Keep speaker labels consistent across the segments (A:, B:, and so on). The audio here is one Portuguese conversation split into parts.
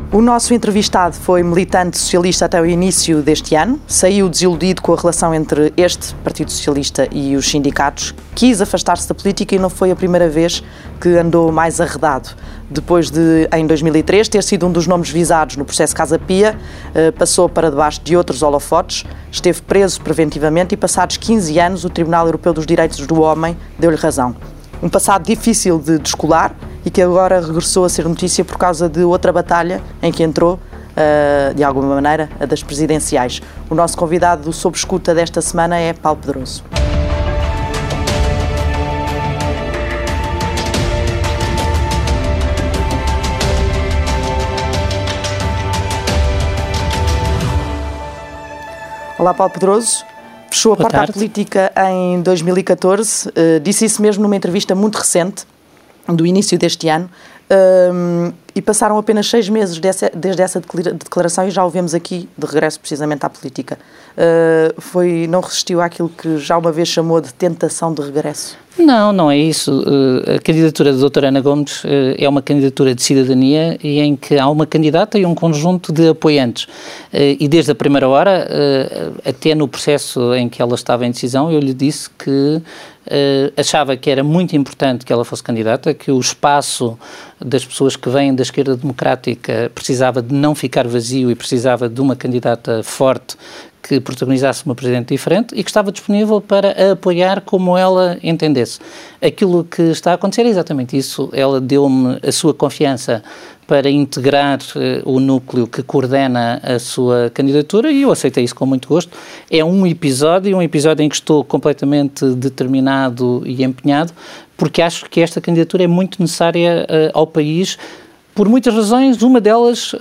A: O nosso entrevistado foi militante socialista até o início deste ano, saiu desiludido com a relação entre este Partido Socialista e os sindicatos, quis afastar-se da política e não foi a primeira vez que andou mais arredado. Depois de, em 2003, ter sido um dos nomes visados no processo Casa Pia, passou para debaixo de outros holofotes, esteve preso preventivamente e, passados 15 anos, o Tribunal Europeu dos Direitos do Homem deu-lhe razão. Um passado difícil de descolar e que agora regressou a ser notícia por causa de outra batalha em que entrou, de alguma maneira, a das presidenciais. O nosso convidado sob escuta desta semana é Paulo Pedroso. Olá, Paulo Pedroso. Fechou a porta à política em 2014, disse isso mesmo numa entrevista muito recente, do início deste ano, e passaram apenas 6 meses desde essa declaração e já o vemos aqui de regresso precisamente à política. Não resistiu àquilo que já uma vez chamou de tentação de regresso?
B: Não é isso. A candidatura da doutora Ana Gomes é uma candidatura de cidadania e em que há uma candidata e um conjunto de apoiantes. E desde a primeira hora, até no processo em que ela estava em decisão, eu lhe disse que achava que era muito importante que ela fosse candidata, que o espaço das pessoas que vêm da esquerda democrática precisava de não ficar vazio e precisava de uma candidata forte que protagonizasse uma presidente diferente e que estava disponível para a apoiar como ela entendesse. Aquilo que está a acontecer é exatamente isso. Ela deu-me a sua confiança para integrar o núcleo que coordena a sua candidatura e eu aceitei isso com muito gosto. É um episódio em que estou completamente determinado e empenhado, porque acho que esta candidatura é muito necessária ao país, por muitas razões. Uma delas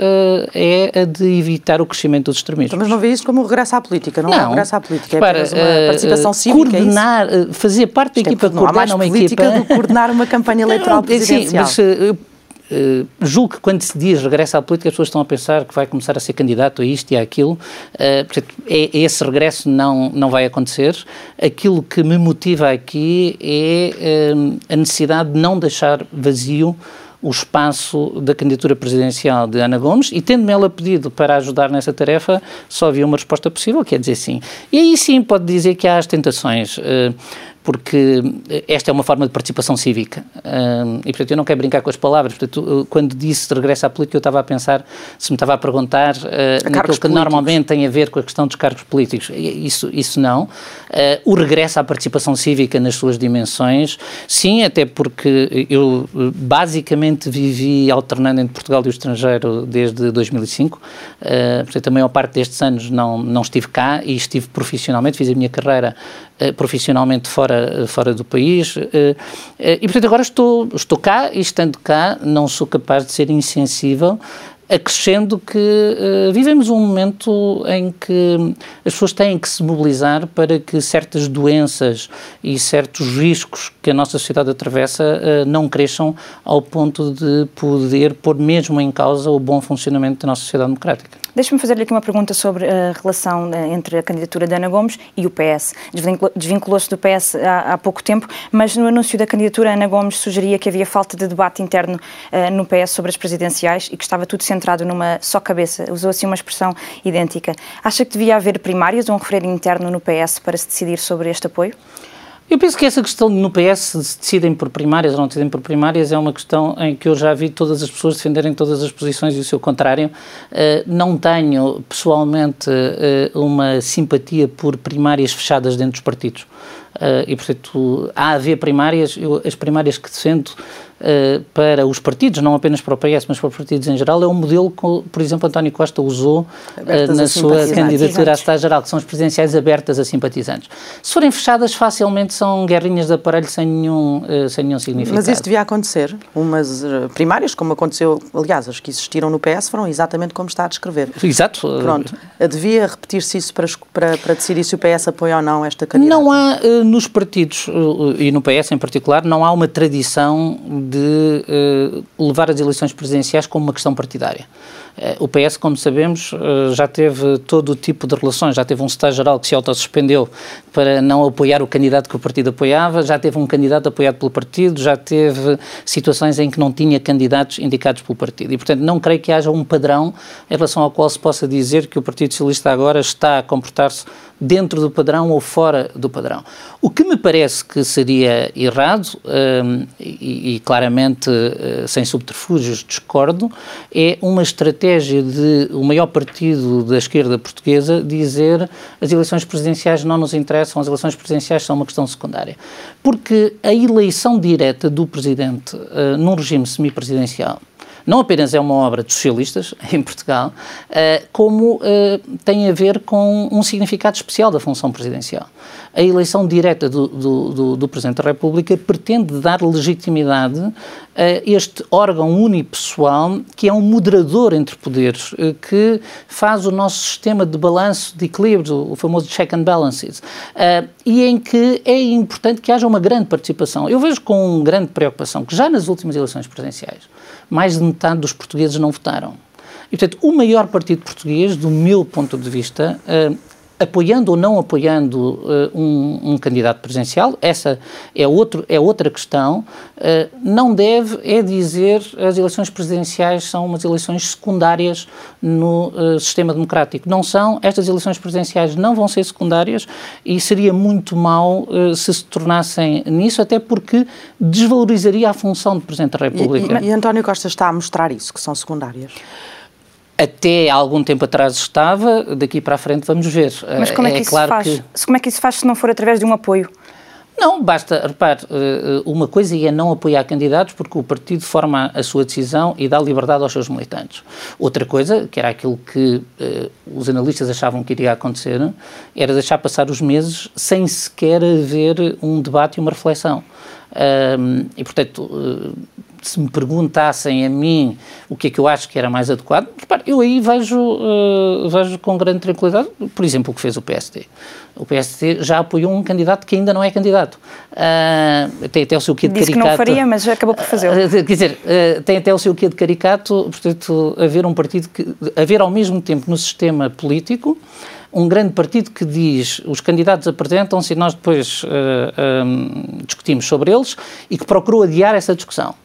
B: é a de evitar o crescimento dos extremismos.
A: Mas não vê isso como um regresso à política, não é um regresso à política, é apenas uma participação cívica.
B: Coordenar, fazer parte da equipa que coordena uma equipa.
A: Não há mais política do que coordenar uma campanha eleitoral presidencial.
B: Sim, mas julgo que quando se diz regresso à política as pessoas estão a pensar que vai começar a ser candidato a isto e a aquilo. Portanto, esse regresso não vai acontecer. Aquilo que me motiva aqui é a necessidade de não deixar vazio o espaço da candidatura presidencial de Ana Gomes e, tendo-me ela pedido para ajudar nessa tarefa, só havia uma resposta possível, que é dizer sim. E aí sim pode dizer que há as tentações, porque esta é uma forma de participação cívica e, portanto, eu não quero brincar com as palavras. Portanto, quando disse regresso à política, eu estava a pensar, se me estava a perguntar naquilo que normalmente tem a ver com a questão dos cargos políticos. Isso não. O regresso à participação cívica nas suas dimensões, sim, até porque eu basicamente vivi alternando entre Portugal e o estrangeiro desde 2005, portanto, a maior parte destes anos não estive cá e estive profissionalmente, fiz a minha carreira profissionalmente fora do país e, portanto, agora estou cá e, estando cá, não sou capaz de ser insensível, acrescendo que vivemos um momento em que as pessoas têm que se mobilizar para que certas doenças e certos riscos que a nossa sociedade atravessa não cresçam ao ponto de poder pôr mesmo em causa o bom funcionamento da nossa sociedade democrática.
C: Deixe-me fazer-lhe aqui uma pergunta sobre a relação entre a candidatura de Ana Gomes e o PS. Desvinculou-se do PS há pouco tempo, mas no anúncio da candidatura Ana Gomes sugeria que havia falta de debate interno no PS sobre as presidenciais e que estava tudo centrado numa só cabeça. Usou assim uma expressão idêntica. Acha que devia haver primárias ou um referendo interno no PS para se decidir sobre este apoio?
B: Eu penso que essa questão no PS, se decidem por primárias ou não decidem por primárias, é uma questão em que eu já vi todas as pessoas defenderem todas as posições e o seu contrário. Não tenho, pessoalmente, uma simpatia por primárias fechadas dentro dos partidos. E, portanto, há a haver primárias, as primárias que defendo para os partidos, não apenas para o PS, mas para os partidos em geral, é um modelo que, por exemplo, António Costa usou na sua candidatura à Secretaria-Geral, que são as presidenciais abertas a simpatizantes. Se forem fechadas, facilmente são guerrinhas de aparelho sem nenhum significado.
A: Mas isso devia acontecer. Umas primárias, como aconteceu, aliás, as que existiram no PS, foram exatamente como está a descrever.
B: Exato.
A: Pronto. Devia repetir-se isso para decidir se o PS apoia ou não esta candidatura?
B: Não há, nos partidos, e no PS em particular, não há uma tradição de levar as eleições presidenciais como uma questão partidária. O PS, como sabemos, já teve todo o tipo de relações, já teve um secretário-geral que se autossuspendeu para não apoiar o candidato que o partido apoiava, já teve um candidato apoiado pelo partido, já teve situações em que não tinha candidatos indicados pelo partido. E, portanto, não creio que haja um padrão em relação ao qual se possa dizer que o Partido Socialista agora está a comportar-se dentro do padrão ou fora do padrão. O que me parece que seria errado, e claramente sem subterfúgios discordo, é uma estratégia de o maior partido da esquerda portuguesa dizer as eleições presidenciais não nos interessam, as eleições presidenciais são uma questão secundária. Porque a eleição direta do presidente num regime semipresidencial não apenas é uma obra dos socialistas em Portugal, como tem a ver com um significado especial da função presidencial. A eleição direta do Presidente da República pretende dar legitimidade a este órgão unipessoal que é um moderador entre poderes, que faz o nosso sistema de balanço, de equilíbrio, o famoso check and balances, e em que é importante que haja uma grande participação. Eu vejo com grande preocupação que já nas últimas eleições presidenciais mais de metade dos portugueses não votaram. E, portanto, o maior partido português, do meu ponto de vista, apoiando ou não apoiando um candidato presidencial, essa é outra questão, não deve dizer as eleições presidenciais são umas eleições secundárias no sistema democrático. Não são, estas eleições presidenciais não vão ser secundárias e seria muito mau se tornassem nisso, até porque desvalorizaria a função de Presidente da República.
A: E António Costa está a mostrar isso, que são secundárias?
B: Até há algum tempo atrás estava, daqui para a frente vamos ver.
C: Mas como é que isso se faz? Como é que isso se faz se não for através de um apoio?
B: Não, basta, repare, uma coisa é não apoiar candidatos porque o partido forma a sua decisão e dá liberdade aos seus militantes. Outra coisa, que era aquilo que os analistas achavam que iria acontecer, era deixar passar os meses sem sequer haver um debate e uma reflexão. E, portanto, se me perguntassem a mim o que é que eu acho que era mais adequado, repare, eu aí vejo com grande tranquilidade, por exemplo, o que fez o PSD. O PSD já apoiou um candidato que ainda não é candidato. Tem até o seu quê de
C: caricato. Disse que não faria, mas já acabou por fazê-lo.
B: Quer dizer, tem até o seu quê de caricato, portanto, haver um partido haver ao mesmo tempo no sistema político um grande partido que diz os candidatos apresentam-se e nós depois discutimos sobre eles e que procurou adiar essa discussão.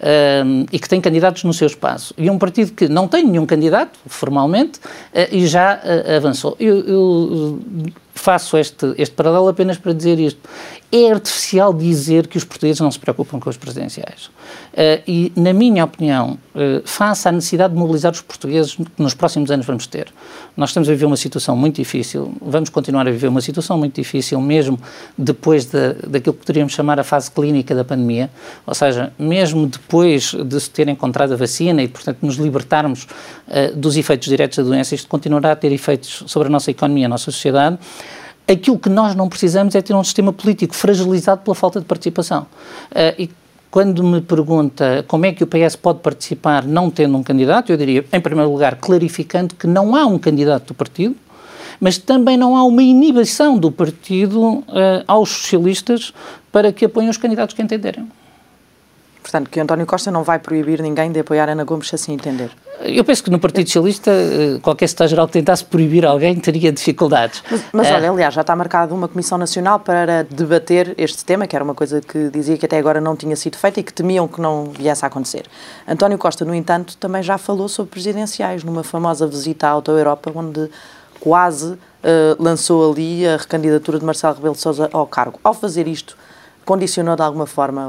B: E que tem candidatos no seu espaço. E um partido que não tem nenhum candidato, formalmente, e já avançou. Eu faço este paralelo apenas para dizer isto. É artificial dizer que os portugueses não se preocupam com as presidenciais. E, na minha opinião, face à necessidade de mobilizar os portugueses que nos próximos anos vamos ter. Nós estamos a viver uma situação muito difícil, vamos continuar a viver uma situação muito difícil, mesmo depois daquilo que poderíamos chamar a fase clínica da pandemia, ou seja, mesmo depois de se ter encontrado a vacina e, portanto, nos libertarmos dos efeitos diretos da doença, isto continuará a ter efeitos sobre a nossa economia, a nossa sociedade. Aquilo que nós não precisamos é ter um sistema político fragilizado pela falta de participação. E quando me pergunta como é que o PS pode participar não tendo um candidato, eu diria, em primeiro lugar, clarificando que não há um candidato do partido, mas também não há uma inibição do partido aos socialistas para que apoiem os candidatos que entenderem.
A: Portanto, que António Costa não vai proibir ninguém de apoiar Ana Gomes se assim entender.
B: Eu penso que no Partido Socialista, qualquer secretário-geral que tentasse proibir alguém teria dificuldades.
A: Mas olha, aliás, já está marcada uma Comissão Nacional para debater este tema, que era uma coisa que dizia que até agora não tinha sido feita e que temiam que não viesse a acontecer. António Costa, no entanto, também já falou sobre presidenciais, numa famosa visita à Auto-Europa, onde quase lançou ali a recandidatura de Marcelo Rebelo de Sousa ao cargo. Ao fazer isto, condicionou de alguma forma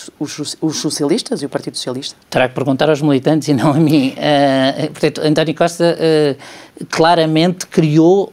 A: os socialistas e o Partido Socialista?
B: Terá que perguntar aos militantes e não a mim. Portanto, António Costa claramente criou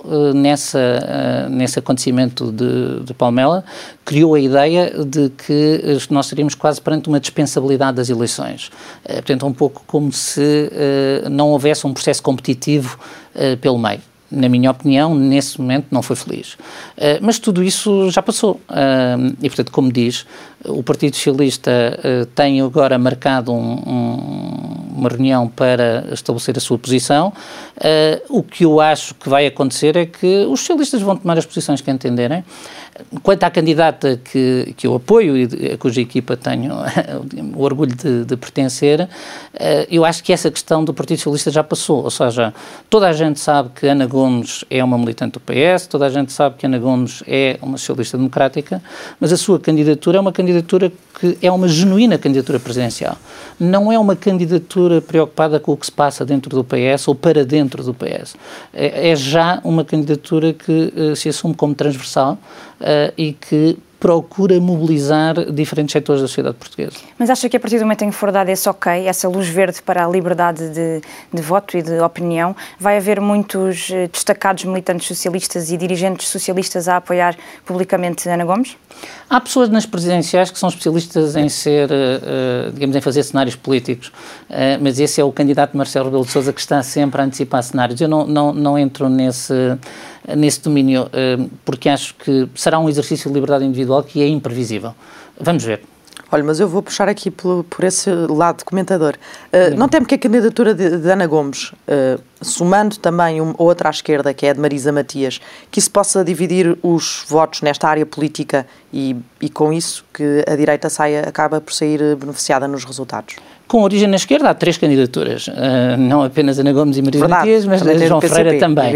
B: nesse acontecimento de Palmela, criou a ideia de que nós seríamos quase perante uma dispensabilidade das eleições. Portanto, um pouco como se não houvesse um processo competitivo pelo meio. Na minha opinião, nesse momento não foi feliz. Mas tudo isso já passou. E, portanto, como diz, o Partido Socialista tem agora marcado uma reunião para estabelecer a sua posição. O que eu acho que vai acontecer é que os socialistas vão tomar as posições que entenderem. Quanto à candidata que eu apoio e a cuja equipa tenho o orgulho de pertencer, eu acho que essa questão do Partido Socialista já passou, ou seja, toda a gente sabe que Ana Gomes é uma militante do PS, toda a gente sabe que Ana Gomes é uma socialista democrática, mas a sua candidatura é uma candidatura que é uma genuína candidatura presidencial. Não é uma candidatura preocupada com o que se passa dentro do PS ou para dentro do PS. É já uma candidatura que se assume como transversal e que procura mobilizar diferentes setores da sociedade portuguesa.
C: Mas acha que a partir do momento em que for dado esse ok, essa luz verde para a liberdade de voto e de opinião, vai haver muitos destacados militantes socialistas e dirigentes socialistas a apoiar publicamente Ana Gomes?
B: Há pessoas nas presidenciais que são especialistas em ser, digamos, em fazer cenários políticos, mas esse é o candidato Marcelo Rebelo de Sousa que está sempre a antecipar cenários. Eu não entro nesse domínio, porque acho que será um exercício de liberdade individual que é imprevisível. Vamos ver.
A: Olha, mas eu vou puxar aqui por esse lado de comentador. Não temo que a candidatura de Ana Gomes, somando também outra à esquerda, que é a de Marisa Matias, que isso possa dividir os votos nesta área política e com isso que a direita acaba por sair beneficiada nos resultados?
B: Com origem na esquerda, há 3 candidaturas, não apenas Ana Gomes e Marisa Matias, mas João Ferreira também.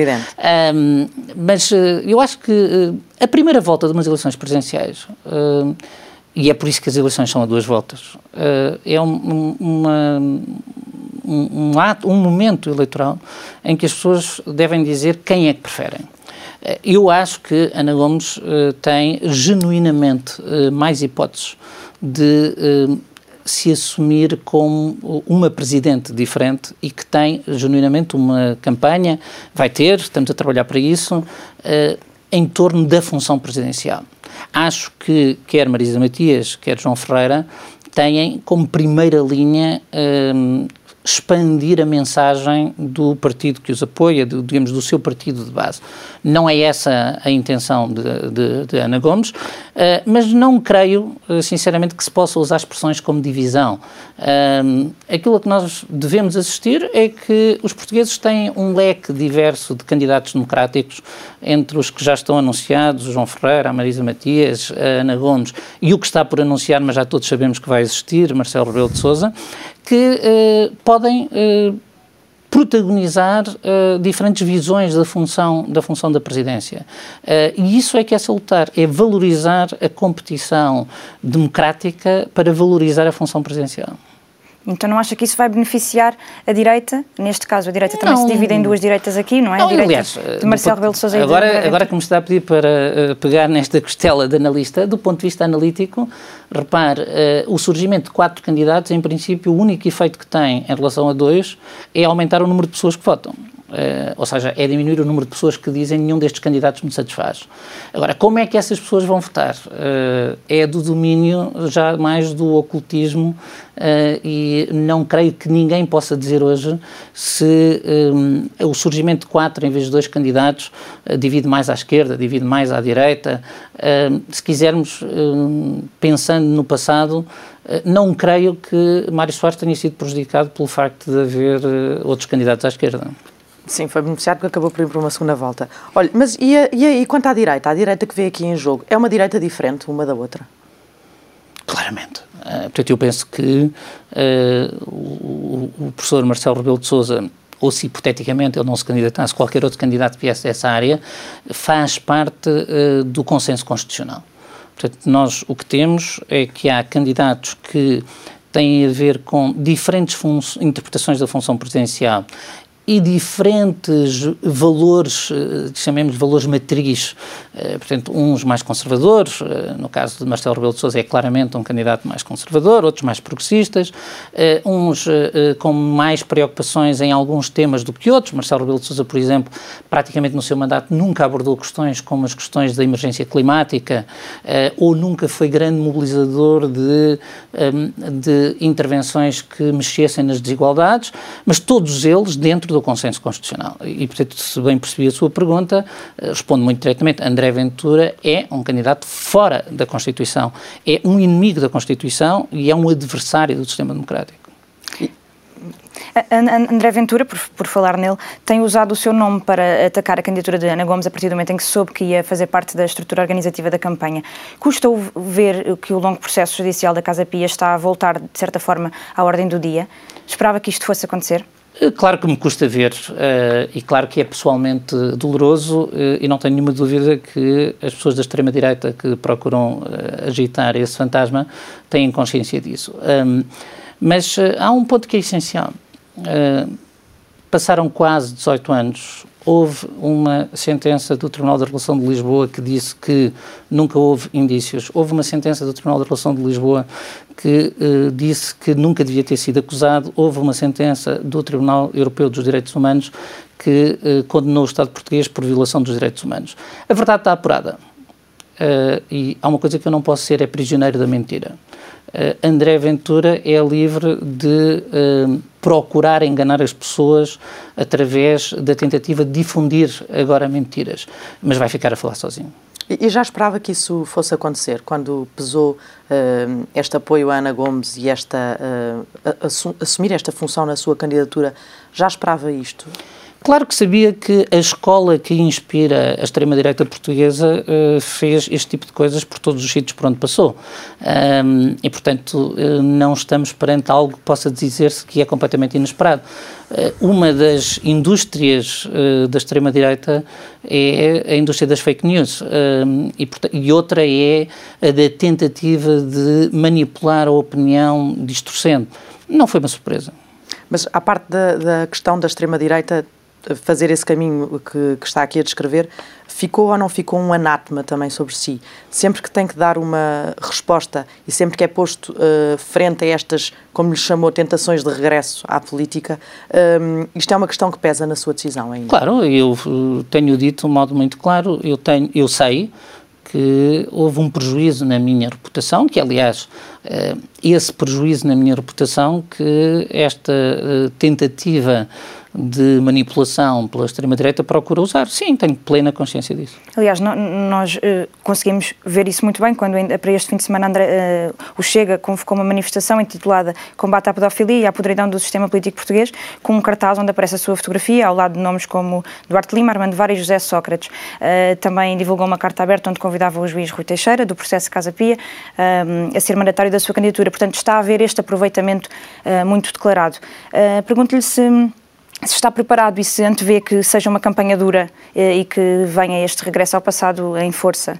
B: Mas eu acho que a primeira volta de umas eleições presidenciais, e é por isso que as eleições são a 2 voltas, é um momento eleitoral em que as pessoas devem dizer quem é que preferem. Eu acho que Ana Gomes tem genuinamente mais hipóteses de se assumir como uma presidente diferente e que tem genuinamente uma campanha, estamos a trabalhar para isso, em torno da função presidencial. Acho que quer Marisa Matias, quer João Ferreira, têm como primeira linha expandir a mensagem do partido que os apoia, digamos, do seu partido de base. Não é essa a intenção de Ana Gomes, mas não creio, sinceramente, que se possa usar expressões como divisão. Aquilo a que nós devemos assistir é que os portugueses têm um leque diverso de candidatos democráticos, entre os que já estão anunciados, o João Ferreira, a Marisa Matias, a Ana Gomes, e o que está por anunciar, mas já todos sabemos que vai existir, Marcelo Rebelo de Sousa, que podem protagonizar diferentes visões da função da presidência. E isso é que é salutar, é valorizar a competição democrática para valorizar a função presidencial.
C: Então não acha que isso vai beneficiar a direita? Neste caso, a direita também se divide em 2 direitas aqui, não é? A direita, aliás, de Marcelo Rebelo de Sousa e
B: agora que me está a pedir para pegar nesta costela de analista, do ponto de vista analítico, repare, o surgimento de 4 candidatos, em princípio, o único efeito que tem em relação a 2 é aumentar o número de pessoas que votam. Ou seja, é diminuir o número de pessoas que dizem nenhum destes candidatos me satisfaz. Agora, como é que essas pessoas vão votar? É do domínio já mais do ocultismo e não creio que ninguém possa dizer hoje se o surgimento de 4 em vez de 2 candidatos divide mais à esquerda, divide mais à direita. Se quisermos, pensando no passado, não creio que Mário Soares tenha sido prejudicado pelo facto de haver outros candidatos à esquerda.
A: Sim, foi beneficiado porque acabou por ir para uma segunda volta. Olha, mas e quanto à direita? A direita que vê aqui em jogo, é uma direita diferente uma da outra?
B: Claramente. Portanto, eu penso que o professor Marcelo Rebelo de Sousa, ou se hipoteticamente ele não se candidatasse, qualquer outro candidato que viesse dessa área, faz parte do consenso constitucional. Portanto, nós o que temos é que há candidatos que têm a ver com diferentes interpretações da função presidencial e diferentes valores, chamemos de valores matriz, portanto, uns mais conservadores, no caso de Marcelo Rebelo de Sousa é claramente um candidato mais conservador, outros mais progressistas, uns com mais preocupações em alguns temas do que outros. Marcelo Rebelo de Sousa, por exemplo, praticamente no seu mandato nunca abordou questões como as questões da emergência climática ou nunca foi grande mobilizador de intervenções que mexessem nas desigualdades, mas todos eles dentro do consenso constitucional. E, portanto, se bem percebi a sua pergunta, respondo muito diretamente. André Ventura é um candidato fora da Constituição, é um inimigo da Constituição e é um adversário do sistema democrático.
C: André Ventura, por falar nele, tem usado o seu nome para atacar a candidatura de Ana Gomes a partir do momento em que soube que ia fazer parte da estrutura organizativa da campanha. Custa ver que o longo processo judicial da Casa Pia está a voltar, de certa forma, à ordem do dia? Esperava que isto fosse acontecer?
B: Claro que me custa ver, e claro que é pessoalmente doloroso, e não tenho nenhuma dúvida que as pessoas da extrema-direita que procuram agitar esse fantasma têm consciência disso. Mas há um ponto que é essencial. Passaram quase 18 anos, houve uma sentença do Tribunal da Relação de Lisboa que disse que nunca houve indícios. Houve uma sentença do Tribunal da Relação de Lisboa que disse que nunca devia ter sido acusado. Houve uma sentença do Tribunal Europeu dos Direitos Humanos que condenou o Estado português por violação dos direitos humanos. A verdade está apurada. E há uma coisa que eu não posso ser, é prisioneiro da mentira. André Ventura é livre de procurar enganar as pessoas através da tentativa de difundir agora mentiras, mas vai ficar a falar sozinho.
A: E já esperava que isso fosse acontecer, quando pesou este apoio a Ana Gomes e assumir esta função na sua candidatura, já esperava isto?
B: Claro que sabia que a escola que inspira a extrema-direita portuguesa fez este tipo de coisas por todos os sítios por onde passou. E, portanto, não estamos perante algo que possa dizer-se que é completamente inesperado. Uma das indústrias da extrema-direita é a indústria das fake news e outra é a da tentativa de manipular a opinião distorcendo. Não foi uma surpresa.
A: Mas, à parte da questão da extrema-direita fazer esse caminho que está aqui a descrever, ficou ou não ficou um anátema também sobre si? Sempre que tem que dar uma resposta e sempre que é posto frente a estas, como lhe chamou, tentações de regresso à política, isto é uma questão que pesa na sua decisão ainda?
B: Claro, eu tenho dito de um modo muito claro, eu sei que houve um prejuízo na minha reputação, que aliás, esse prejuízo na minha reputação, que esta tentativa de manipulação pela extrema-direita procura usar. Sim, tenho plena consciência disso.
C: Aliás, nós conseguimos ver isso muito bem quando, para este fim de semana, o Chega convocou uma manifestação intitulada Combate à Pedofilia e à Podridão do Sistema Político Português, com um cartaz onde aparece a sua fotografia, ao lado de nomes como Duarte Lima, Armando Vara e José Sócrates. Também divulgou uma carta aberta onde convidava o juiz Rui Teixeira, do processo Casa Pia, a ser mandatário da sua candidatura. Portanto, está a haver este aproveitamento muito declarado. Pergunto-lhe se está preparado e se antevê que seja uma campanha dura e que venha este regresso ao passado em força.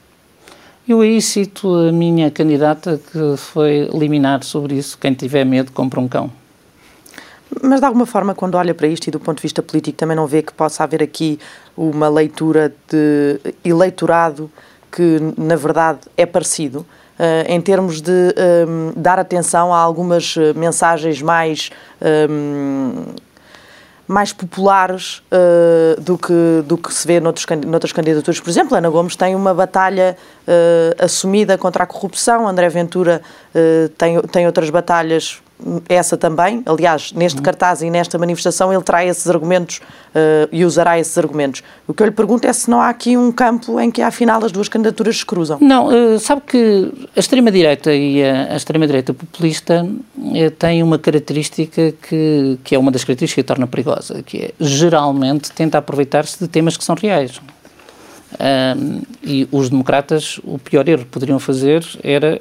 B: Eu aí cito a minha candidata que foi liminar sobre isso: quem tiver medo compra um cão.
A: Mas de alguma forma, quando olha para isto e do ponto de vista político, também não vê que possa haver aqui uma leitura de eleitorado que, na verdade, é parecido? Em termos de dar atenção a algumas mensagens mais populares do que se vê noutras candidaturas. Por exemplo, Ana Gomes tem uma batalha assumida contra a corrupção, André Ventura tem outras batalhas, essa também. Aliás, neste cartaz e nesta manifestação ele traz esses argumentos e usará esses argumentos. O que eu lhe pergunto é se não há aqui um campo em que, afinal, as duas candidaturas se cruzam.
B: Não, sabe que a extrema-direita e a extrema-direita populista têm uma característica que é uma das características que a torna perigosa, que é, geralmente, tenta aproveitar-se de temas que são reais. E os democratas, o pior erro que poderiam fazer era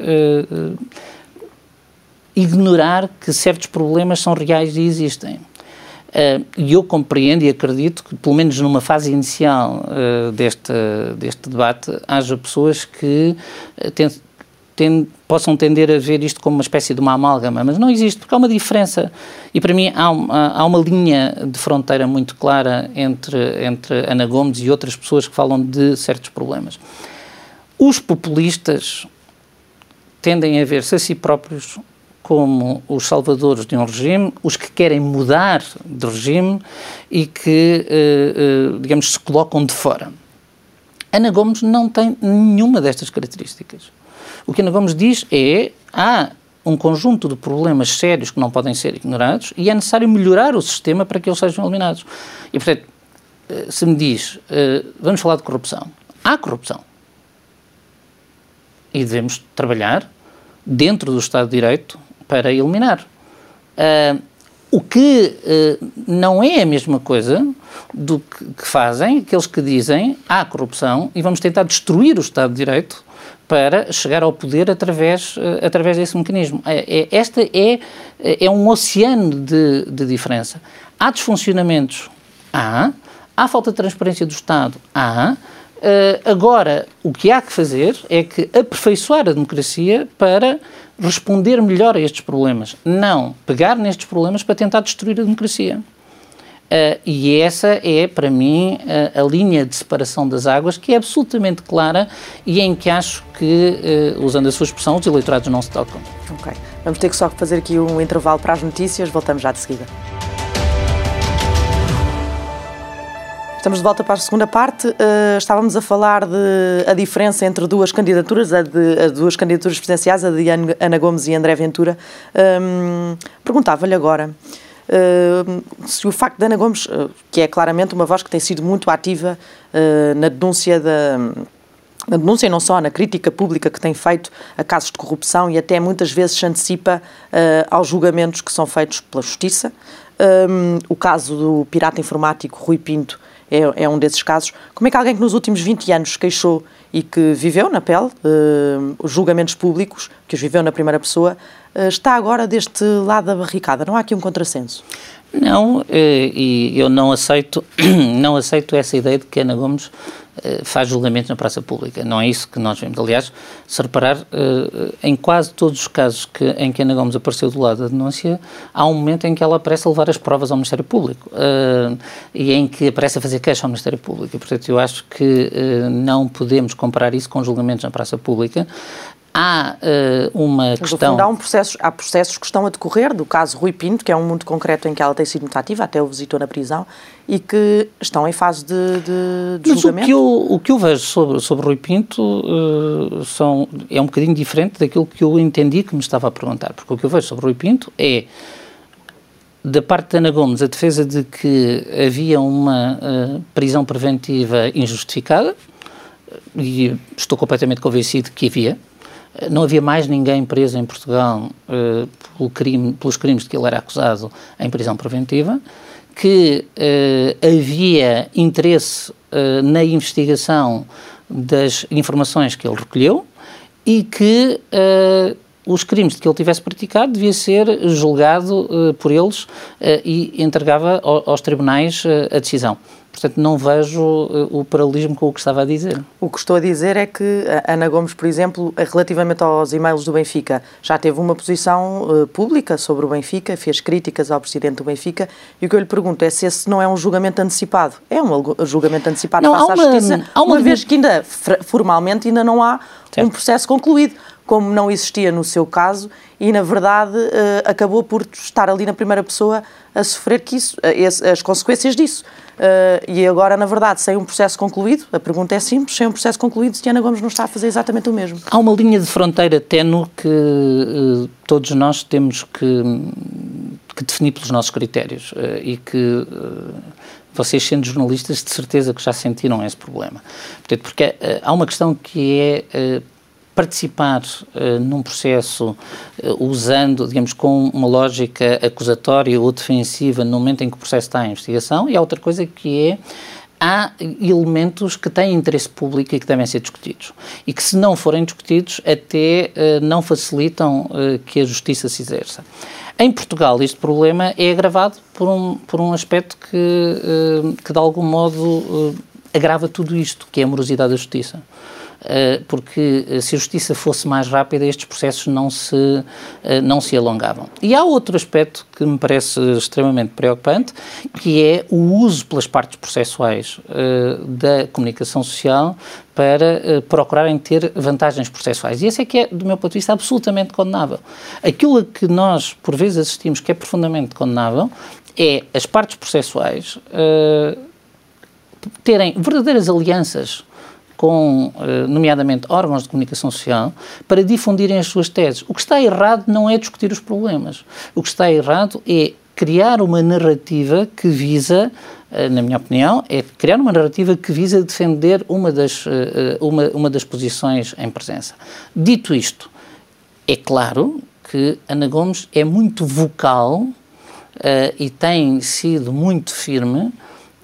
B: ignorar que certos problemas são reais e existem. E eu compreendo e acredito que, pelo menos numa fase inicial deste debate, haja pessoas que possam tender a ver isto como uma espécie de uma amálgama, mas não existe, porque há uma diferença. E para mim há uma linha de fronteira muito clara entre Ana Gomes e outras pessoas que falam de certos problemas. Os populistas tendem a ver-se a si próprios como os salvadores de um regime, os que querem mudar de regime e que, digamos, se colocam de fora. Ana Gomes não tem nenhuma destas características. O que Ana Gomes diz é: há um conjunto de problemas sérios que não podem ser ignorados e é necessário melhorar o sistema para que eles sejam eliminados. E, portanto, se me diz, vamos falar de corrupção. Há corrupção. E devemos trabalhar dentro do Estado de Direito para eliminar. O que não é a mesma coisa do que fazem aqueles que dizem há corrupção e vamos tentar destruir o Estado de Direito para chegar ao poder através desse mecanismo. Esta é um oceano de diferença. Há desfuncionamentos? Há falta de transparência do Estado? Há. Agora, o que há que fazer é que aperfeiçoar a democracia para responder melhor a estes problemas. Não pegar nestes problemas para tentar destruir a democracia. E essa é, para mim, a linha de separação das águas, que é absolutamente clara e em que acho que, usando a sua expressão, os eleitorados não se tocam.
A: Ok. Vamos ter que só fazer aqui um intervalo para as notícias. Voltamos já de seguida. Estamos de volta para a segunda parte. Estávamos a falar de a diferença entre duas candidaturas, as duas candidaturas presidenciais, a de Ana Gomes e André Ventura. Perguntava-lhe agora se o facto de Ana Gomes, que é claramente uma voz que tem sido muito ativa na denúncia e não só, na crítica pública que tem feito a casos de corrupção e até muitas vezes se antecipa aos julgamentos que são feitos pela Justiça. O caso do pirata informático Rui Pinto é um desses casos. Como é que alguém que nos últimos 20 anos se queixou e que viveu na pele os julgamentos públicos, que os viveu na primeira pessoa, está agora deste lado da barricada? Não há aqui um contrassenso?
B: Não, e eu não aceito essa ideia de que Ana Gomes faz julgamentos na praça pública. Não é isso que nós vemos. Aliás, se reparar, em quase todos os casos em que Ana Gomes apareceu do lado da denúncia, há um momento em que ela aparece a levar as provas ao Ministério Público e em que aparece a fazer queixa ao Ministério Público. E, portanto, eu acho que não podemos comparar isso com julgamentos na praça pública. Há uma questão...
A: No fundo, há processos que estão a decorrer, do caso Rui Pinto, que é um muito concreto em que ela tem sido muito ativa, até o visitou na prisão, e que estão em fase de julgamento. Mas
B: o que eu vejo sobre Rui Pinto é um bocadinho diferente daquilo que eu entendi que me estava a perguntar, porque o que eu vejo sobre Rui Pinto é, da parte de Ana Gomes, a defesa de que havia uma prisão preventiva injustificada, e estou completamente convencido que havia. Não havia mais ninguém preso em Portugal pelos crimes de que ele era acusado em prisão preventiva, que havia interesse na investigação das informações que ele recolheu e que os crimes de que ele tivesse praticado devia ser julgado por eles e entregava aos tribunais a decisão. Portanto, não vejo o paralelismo com o que estava a dizer.
A: O que estou a dizer é que a Ana Gomes, por exemplo, relativamente aos e-mails do Benfica, já teve uma posição pública sobre o Benfica, fez críticas ao presidente do Benfica, e o que eu lhe pergunto é se esse não é um julgamento antecipado. É um julgamento antecipado face à Justiça, uma vez que ainda, formalmente, ainda não há um processo concluído, como não existia no seu caso, e, na verdade, acabou por estar ali na primeira pessoa a sofrer as consequências disso. E agora, na verdade, sem um processo concluído, a pergunta é simples, sem um processo concluído, se Ana Gomes não está a fazer exatamente o mesmo.
B: Há uma linha de fronteira ténue que todos nós temos que definir pelos nossos critérios e que vocês, sendo jornalistas, de certeza que já sentiram esse problema. Portanto, porque há uma questão que é participar num processo usando, digamos, com uma lógica acusatória ou defensiva no momento em que o processo está em investigação, e há outra coisa que é, há elementos que têm interesse público e que devem ser discutidos. E que, se não forem discutidos, até não facilitam que a justiça se exerça. Em Portugal, este problema é agravado por um aspecto que de algum modo, agrava tudo isto, que é a morosidade da justiça. Porque se a justiça fosse mais rápida, estes processos não se alongavam. E há outro aspecto que me parece extremamente preocupante, que é o uso pelas partes processuais da comunicação social para procurarem ter vantagens processuais. E esse é que é, do meu ponto de vista, absolutamente condenável. Aquilo a que nós, por vezes, assistimos que é profundamente condenável é as partes processuais terem verdadeiras alianças com, nomeadamente, órgãos de comunicação social, para difundirem as suas teses. O que está errado não é discutir os problemas. O que está errado é criar uma narrativa que visa, na minha opinião, é criar uma narrativa que visa defender uma das posições em presença. Dito isto, é claro que Ana Gomes é muito vocal e tem sido muito firme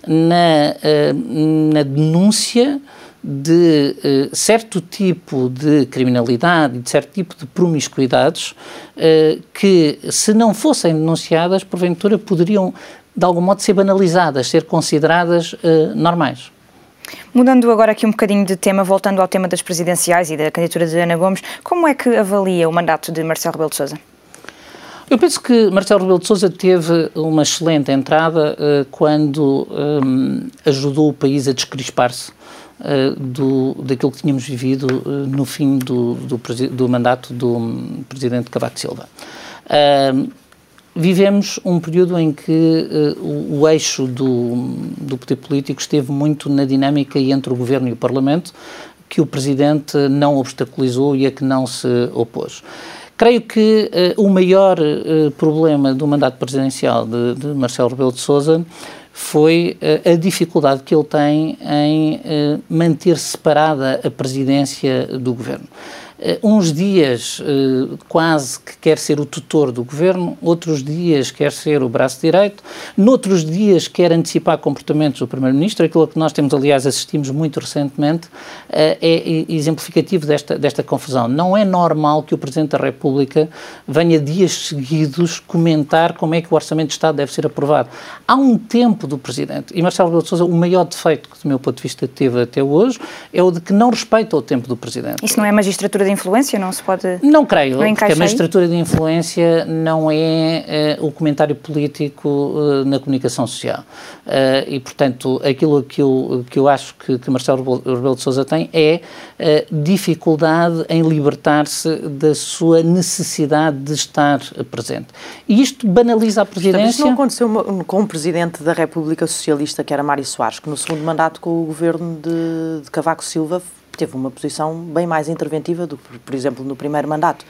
B: na denúncia de certo tipo de criminalidade e de certo tipo de promiscuidades que, se não fossem denunciadas, porventura poderiam, de algum modo, ser banalizadas, ser consideradas normais.
C: Mudando agora aqui um bocadinho de tema, voltando ao tema das presidenciais e da candidatura de Ana Gomes, como é que avalia o mandato de Marcelo Rebelo de Sousa?
B: Eu penso que Marcelo Rebelo de Sousa teve uma excelente entrada quando ajudou o país a descrispar-se daquilo que tínhamos vivido no fim do mandato do Presidente Cavaco Silva. Vivemos um período em que o eixo do poder político esteve muito na dinâmica entre o Governo e o Parlamento, que o Presidente não obstaculizou e a que não se opôs. Creio que o maior problema do mandato presidencial de Marcelo Rebelo de Sousa foi a dificuldade que ele tem em manter separada a presidência do Governo. Uns dias quase que quer ser o tutor do Governo, outros dias quer ser o braço direito, noutros dias quer antecipar comportamentos do Primeiro-Ministro. Aquilo que nós temos, aliás, assistimos muito recentemente, é exemplificativo desta confusão. Não é normal que o Presidente da República venha dias seguidos comentar como é que o Orçamento de Estado deve ser aprovado. Há um tempo do Presidente, e Marcelo Rebelo de Sousa, o maior defeito que, do meu ponto de vista, teve até hoje, é o de que não respeita o tempo do Presidente.
C: Isso não é magistratura de influência? Não se pode...
B: Não creio, porque a magistratura de influência não é o comentário político na comunicação social. E, portanto, aquilo que eu acho que Marcelo Rebelo de Sousa tem é dificuldade em libertar-se da sua necessidade de estar presente. E isto banaliza a presidência...
A: Isto não aconteceu com o Presidente da República Socialista, que era Mário Soares, que no segundo mandato com o governo de Cavaco Silva teve uma posição bem mais interventiva do que, por exemplo, no primeiro mandato.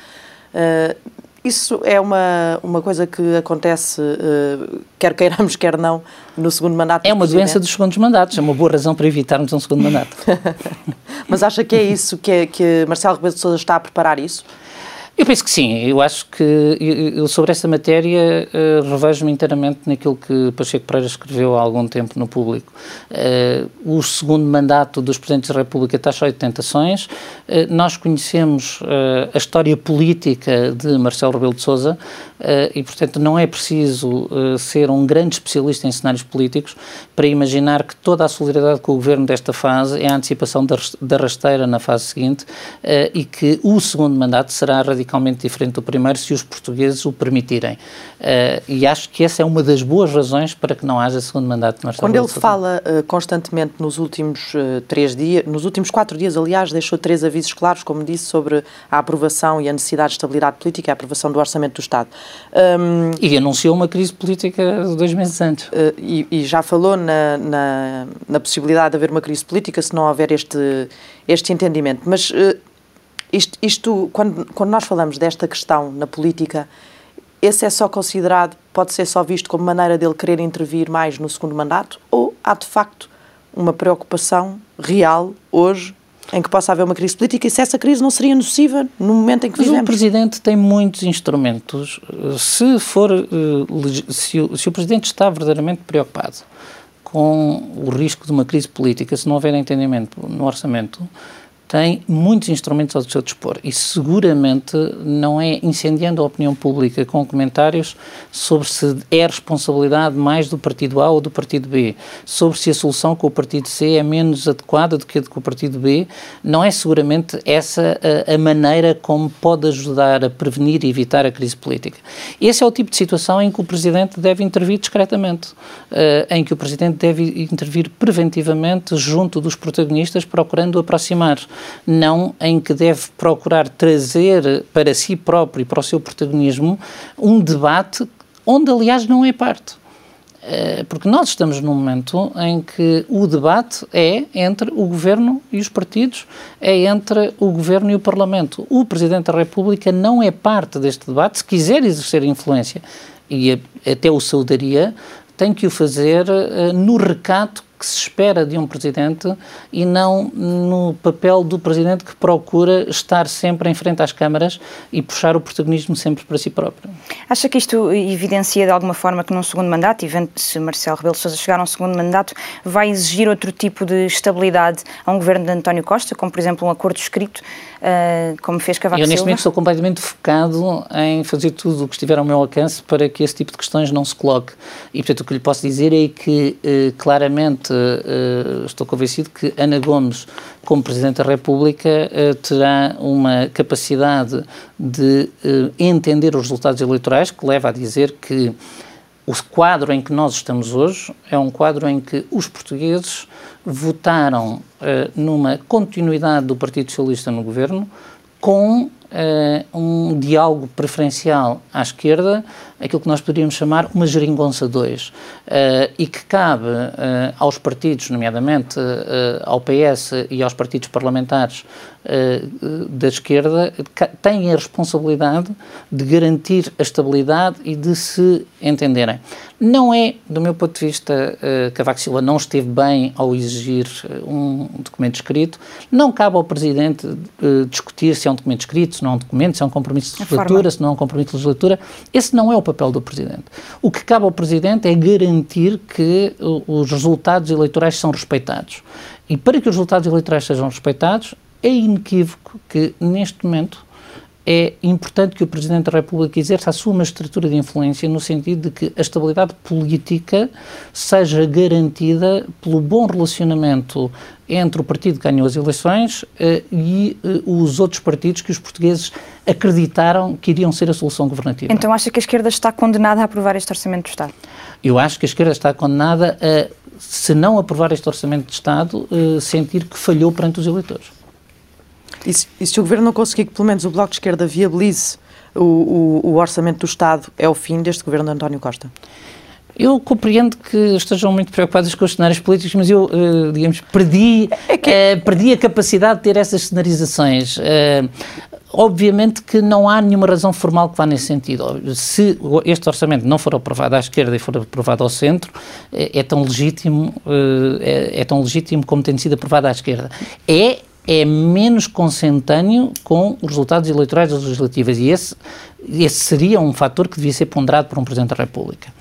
A: Isso é uma coisa que acontece, quer queiramos, quer não, no segundo mandato.
B: É uma doença dos segundos mandatos, é uma boa razão para evitarmos um segundo mandato.
A: Mas acha que é isso, que Marcelo Rebelo de Sousa está a preparar isso?
B: Eu penso que sim. Eu acho que eu sobre esta matéria revejo-me inteiramente naquilo que Pacheco Pereira escreveu há algum tempo no Público. O segundo mandato dos Presidentes da República está cheio de tentações. Nós conhecemos a história política de Marcelo Rebelo de Sousa e, portanto, não é preciso ser um grande especialista em cenários políticos para imaginar que toda a solidariedade com o Governo desta fase é a antecipação da rasteira na fase seguinte e que o segundo mandato será radicalmente diferente do primeiro se os portugueses o permitirem. E acho que essa é uma das boas razões para que não haja segundo mandato de Marcelo Rebelo de Sousa.
A: Quando ele fala constantemente nos últimos 3 dias, nos últimos 4 dias, aliás, deixou 3 avisos claros, como disse, sobre a aprovação e a necessidade de estabilidade política e a aprovação do Orçamento do Estado.
B: E anunciou uma crise política 2 meses antes.
A: E já falou na possibilidade de haver uma crise política se não houver este entendimento. Mas isto quando nós falamos desta questão na política, esse é só considerado, pode ser só visto como maneira dele querer intervir mais no segundo mandato, ou há de facto uma preocupação real hoje em que possa haver uma crise política e se essa crise não seria nociva no momento em que vivemos?
B: Mas o Presidente tem muitos instrumentos. Se o Presidente está verdadeiramente preocupado com o risco de uma crise política, se não houver entendimento no orçamento, tem muitos instrumentos ao seu dispor e seguramente não é incendiando a opinião pública com comentários sobre se é responsabilidade mais do Partido A ou do Partido B, sobre se a solução com o Partido C é menos adequada do que a com o Partido B. Não é seguramente essa a maneira como pode ajudar a prevenir e evitar a crise política. Esse é o tipo de situação em que o Presidente deve intervir discretamente, em que o Presidente deve intervir preventivamente junto dos protagonistas, procurando aproximar. Não em que deve procurar trazer para si próprio e para o seu protagonismo um debate onde, aliás, não é parte. Porque nós estamos num momento em que o debate é entre o Governo e os partidos, é entre o Governo e o Parlamento. O Presidente da República não é parte deste debate. Se quiser exercer influência, e até o saudaria, tem que o fazer no recato que se espera de um Presidente e não no papel do Presidente que procura estar sempre em frente às câmaras e puxar o protagonismo sempre para si próprio.
C: Acha que isto evidencia de alguma forma que num segundo mandato, e vendo se Marcelo Rebelo de Sousa chegar a um segundo mandato, vai exigir outro tipo de estabilidade a um governo de António Costa, como por exemplo um acordo escrito, como fez Cavaco Silva?
B: Eu neste momento estou completamente focado em fazer tudo o que estiver ao meu alcance para que esse tipo de questões não se coloque. E portanto o que lhe posso dizer é que claramente estou convencido que Ana Gomes, como Presidente da República, terá uma capacidade de entender os resultados eleitorais, que leva a dizer que o quadro em que nós estamos hoje é um quadro em que os portugueses votaram numa continuidade do Partido Socialista no governo, com um diálogo preferencial à esquerda, aquilo que nós poderíamos chamar uma geringonça 2, e que cabe aos partidos, nomeadamente ao PS e aos partidos parlamentares da esquerda, têm a responsabilidade de garantir a estabilidade e de se entenderem. Não é, do meu ponto de vista, Cavaco Silva não esteve bem ao exigir um documento escrito. Não cabe ao Presidente discutir se é um documento escrito, se não é um documento, se é um compromisso de legislatura, se não é um compromisso de legislatura. Esse não é o papel do Presidente. O que cabe ao Presidente é garantir que os resultados eleitorais são respeitados. E para que os resultados eleitorais sejam respeitados, é inequívoco que, neste momento, é importante que o Presidente da República exerça a sua magistratura de influência no sentido de que a estabilidade política seja garantida pelo bom relacionamento entre o partido que ganhou as eleições e os outros partidos que os portugueses acreditaram que iriam ser a solução governativa.
C: Então acha que a esquerda está condenada a aprovar este Orçamento do Estado?
B: Eu acho que a esquerda está condenada a, se não aprovar este Orçamento de Estado, sentir que falhou perante os eleitores.
A: E se o Governo não conseguir que pelo menos o Bloco de Esquerda viabilize o Orçamento do Estado, é o fim deste Governo de António Costa?
B: Eu compreendo que estejam muito preocupados com os cenários políticos, mas eu, digamos, perdi a capacidade de ter essas cenarizações. Obviamente que não há nenhuma razão formal que vá nesse sentido. Se este orçamento não for aprovado à esquerda e for aprovado ao centro, é tão legítimo como tem sido aprovado à esquerda. É menos consentâneo com os resultados eleitorais das legislativas e esse seria um fator que devia ser ponderado por um Presidente da República.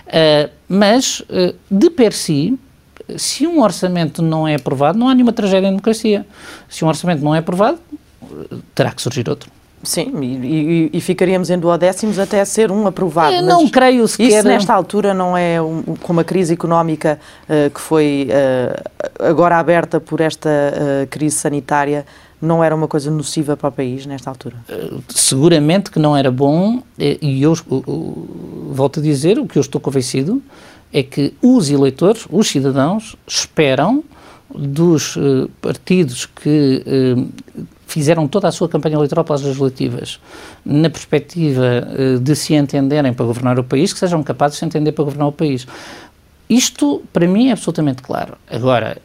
B: Mas, de per si, se um orçamento não é aprovado, não há nenhuma tragédia em democracia. Se um orçamento não é aprovado, terá que surgir outro.
A: Sim, e ficaríamos em duodécimos até ser um aprovado.
B: Não creio sequer...
A: Isso nesta altura não é com uma crise económica que foi agora aberta por esta crise sanitária, não era uma coisa nociva para o país nesta altura?
B: Seguramente que não era bom, e eu volto a dizer, o que eu estou convencido é que os eleitores, os cidadãos, esperam dos partidos que fizeram toda a sua campanha eleitoral para as legislativas na perspectiva de se entenderem para governar o país, que sejam capazes de se entender para governar o país. Isto, para mim, é absolutamente claro. Agora,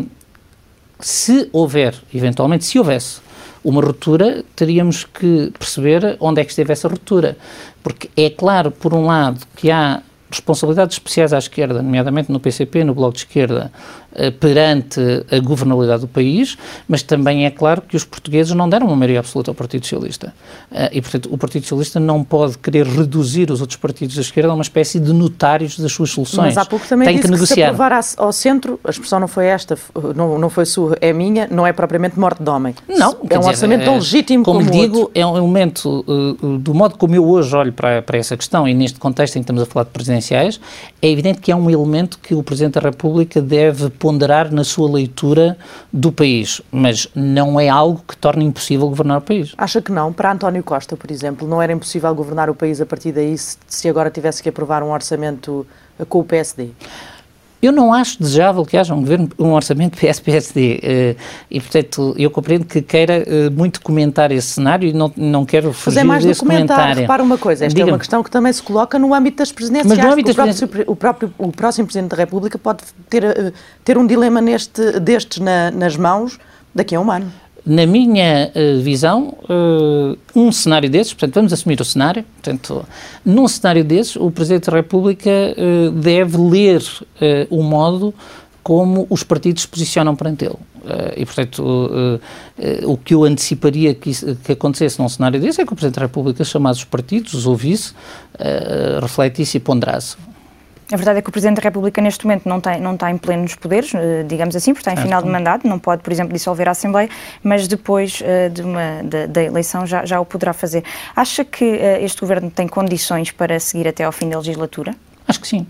B: se houvesse uma ruptura, teríamos que perceber onde é que esteve essa ruptura. Porque é claro, por um lado, que há responsabilidades especiais à esquerda, nomeadamente no PCP, no Bloco de Esquerda, perante a governabilidade do país, mas também é claro que os portugueses não deram uma maioria absoluta ao Partido Socialista. E, portanto, o Partido Socialista não pode querer reduzir os outros partidos da esquerda a uma espécie de notários das suas soluções.
A: Mas há pouco também disse que se aprovar ao centro, a expressão não foi esta, não foi sua, é minha, não é propriamente morte de homem.
B: Não.
A: É um orçamento tão legítimo como
B: lhe digo, é um elemento, do modo como eu hoje olho para essa questão e neste contexto em que estamos a falar de presidenciais, é evidente que é um elemento que o Presidente da República deve ponderar na sua leitura do país, mas não é algo que torne impossível governar o país.
A: Acha que não? Para António Costa, por exemplo, não era impossível governar o país a partir daí se agora tivesse que aprovar um orçamento com o PSD?
B: Eu não acho desejável que haja um orçamento PS-PSD e, portanto, eu compreendo que queira muito comentar esse cenário e não quero fugir desse comentário. Mas é mais do comentário.
A: Repara uma coisa, esta é uma questão que também se coloca no âmbito das presidenciais. O próximo Presidente da República pode ter um dilema destes nas mãos daqui a um ano.
B: Na minha visão, um cenário desses, portanto, vamos assumir o cenário, portanto, num cenário desses, o Presidente da República deve ler o modo como os partidos se posicionam perante ele. E, portanto, o que eu anteciparia que acontecesse num cenário desse é que o Presidente da República chamasse os partidos, os ouvisse, refletisse e ponderasse.
C: A verdade é que o Presidente da República neste momento não está em plenos poderes, digamos assim, porque está em final de mandato, não pode, por exemplo, dissolver a Assembleia, mas depois da eleição já o poderá fazer. Acha que este Governo tem condições para seguir até ao fim da legislatura?
B: Acho que sim.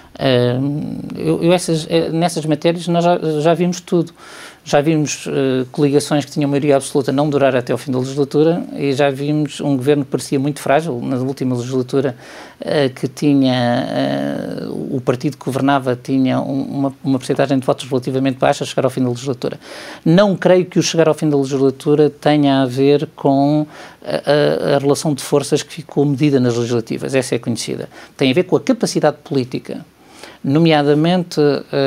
B: Nessas matérias nós já vimos tudo. Já vimos coligações que tinham maioria absoluta não durar até ao fim da legislatura e já vimos um governo que parecia muito frágil na última legislatura, que tinha o partido que governava tinha uma percentagem de votos relativamente baixa a chegar ao fim da legislatura. Não creio que o chegar ao fim da legislatura tenha a ver com a relação de forças que ficou medida nas legislativas, essa é conhecida. Tem a ver com a capacidade política, nomeadamente,